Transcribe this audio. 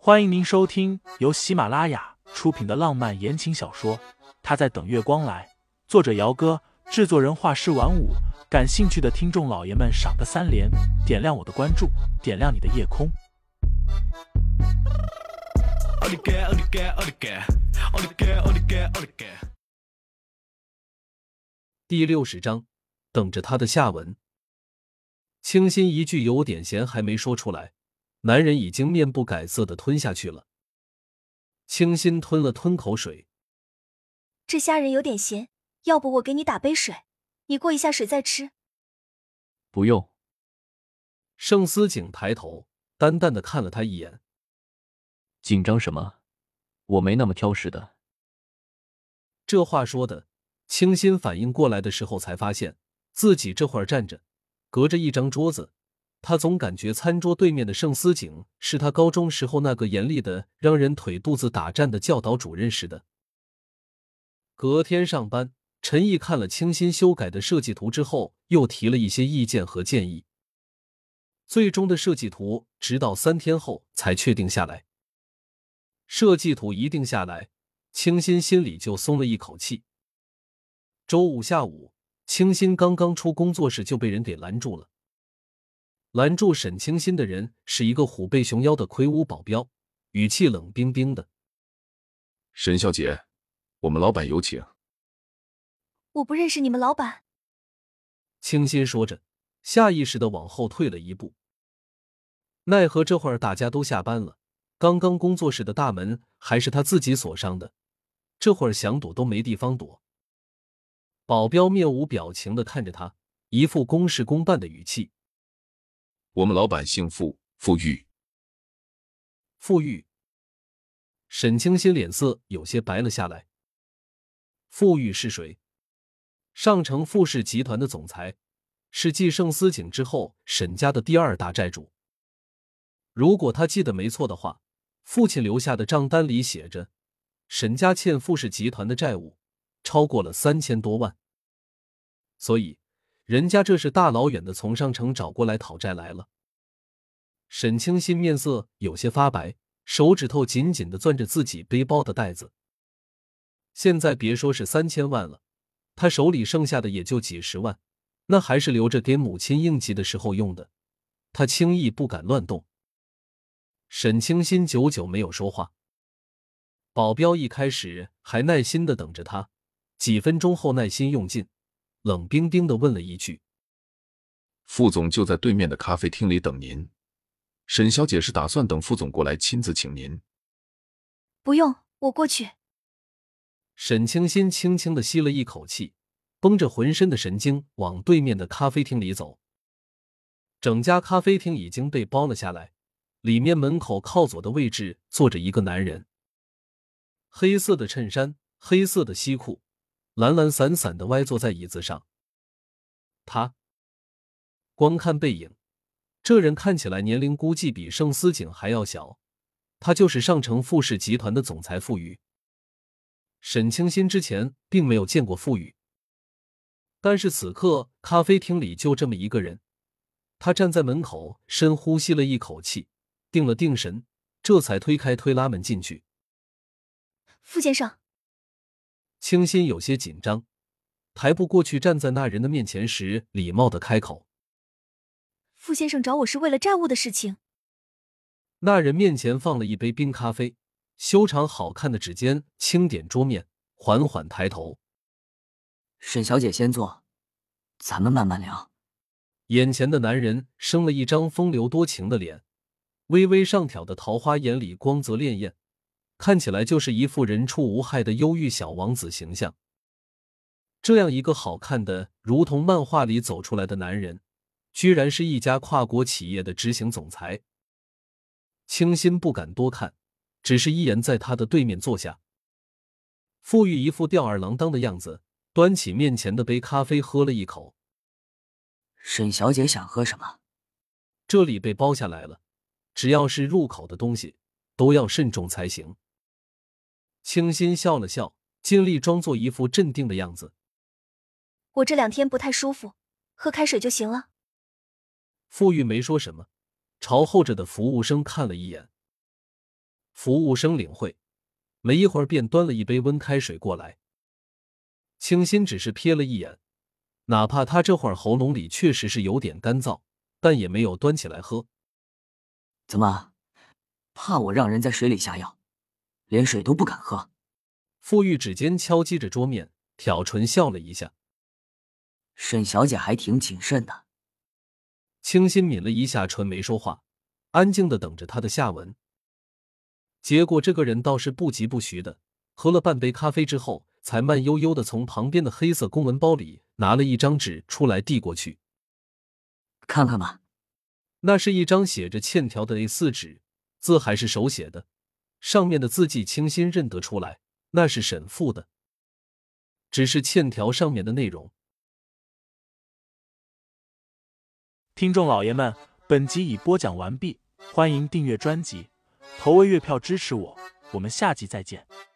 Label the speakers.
Speaker 1: 欢迎您收听由喜马拉雅出品的浪漫言情小说《他在等月光来》，作者姚哥，制作人画师晚舞。感兴趣的听众老爷们赏个3连，点亮我的关注，点亮你的夜空。
Speaker 2: 第60章，等着他的下文。清新一句有点咸还没说出来，男人已经面不改色地吞下去了。清新吞了吞口水，
Speaker 3: 这虾仁有点咸，要不我给你打杯水，你过一下水再吃。
Speaker 4: 不用。
Speaker 2: 盛思景抬头淡淡地看了他一眼。
Speaker 4: 紧张什么？我没那么挑食的。
Speaker 2: 这话说的，清新反应过来的时候才发现自己这会儿站着隔着一张桌子，他总感觉餐桌对面的盛思景是他高中时候那个严厉的让人腿肚子打颤的教导主任似的。隔天上班，陈毅看了清新修改的设计图之后，又提了一些意见和建议。最终的设计图直到3天后才确定下来。设计图一定下来，清新心里就松了一口气。周五下午，清新刚刚出工作室就被人给拦住了。拦住沈清新的人是一个虎背熊腰的魁梧保镖，语气冷冰冰的。
Speaker 5: 沈小姐，我们老板有请。
Speaker 3: 我不认识你们老板。
Speaker 2: 清新说着，下意识地往后退了一步。奈何这会儿大家都下班了，刚刚工作室的大门还是他自己锁上的，这会儿想躲都没地方躲。保镖面无表情地看着他，一副公事公办的语气。
Speaker 5: 我们老板姓傅，傅玉。
Speaker 2: 傅玉。沈清新脸色有些白了下来。傅玉是谁？上城傅氏集团的总裁，是继盛思景之后沈家的第2大债主。如果他记得没错的话，父亲留下的账单里写着，沈家欠傅氏集团的债务超过了3000多万。所以，人家这是大老远的从上城找过来讨债来了。沈清新面色有些发白，手指头紧紧地攥着自己背包的带子。现在别说是3000万了，他手里剩下的也就几十万，那还是留着给母亲应急的时候用的，他轻易不敢乱动。沈清新久久没有说话。保镖一开始还耐心地等着他，几分钟后耐心用尽，冷冰冰地问了一句：
Speaker 5: 副总就在对面的咖啡厅里等您。沈小姐是打算等副总过来亲自请您？
Speaker 3: 不用，我过去。
Speaker 2: 沈清新轻轻地吸了一口气，绷着浑身的神经往对面的咖啡厅里走。整家咖啡厅已经被包了下来，里面门口靠左的位置坐着一个男人。黑色的衬衫，黑色的西裤，懒懒散散地歪坐在椅子上。他光看背影，这人看起来年龄估计比盛思景还要小，他就是上城傅氏集团的总裁傅玉。沈清新之前并没有见过傅玉，但是此刻咖啡厅里就这么一个人。他站在门口，深呼吸了一口气，定了定神，这才推开推拉门进去。
Speaker 3: 傅先生。
Speaker 2: 清新有些紧张，抬步过去，站在那人的面前时礼貌地开口：
Speaker 3: 傅先生找我是为了债务的事情。
Speaker 2: 那人面前放了一杯冰咖啡，修长好看的指尖轻点桌面，缓缓抬头：
Speaker 6: 沈小姐先坐，咱们慢慢聊。
Speaker 2: 眼前的男人生了一张风流多情的脸，微微上挑的桃花眼里光泽潋滟，看起来就是一副人畜无害的忧郁小王子形象。这样一个好看的如同漫画里走出来的男人，居然是一家跨国企业的执行总裁。清新不敢多看，只是一言在他的对面坐下。傅玉一副吊儿郎当的样子，端起面前的杯咖啡喝了一口。
Speaker 6: 沈小姐想喝什么？
Speaker 2: 这里被包下来了，只要是入口的东西都要慎重才行。清新笑了笑，尽力装作一副镇定的样子。
Speaker 3: 我这2天不太舒服，喝开水就行了。
Speaker 2: 傅玉没说什么，朝后着的服务生看了一眼。 服务生领会，没一会儿便端了一杯温开水过来。清新只是瞥了一眼，哪怕他这会儿喉咙里确实是有点干燥，但也没有端起来喝。
Speaker 6: 怎么，怕我让人在水里下药，连水都不敢喝？
Speaker 2: 傅玉指尖敲击着桌面，挑唇笑了一下。
Speaker 6: 沈小姐还挺谨慎的。
Speaker 2: 清新抿了一下唇，没说话，安静的等着他的下文。结果这个人倒是不疾不徐的，喝了半杯咖啡之后，才慢悠悠的从旁边的黑色公文包里拿了一张纸出来递过去。
Speaker 6: 看看吧。
Speaker 2: 那是一张写着欠条的 A4 纸，字还是手写的，上面的字迹清新认得出来，那是沈父的。只是欠条上面的内容。
Speaker 1: 听众老爷们，本集已播讲完毕，欢迎订阅专辑，投喂月票支持我，我们下集再见。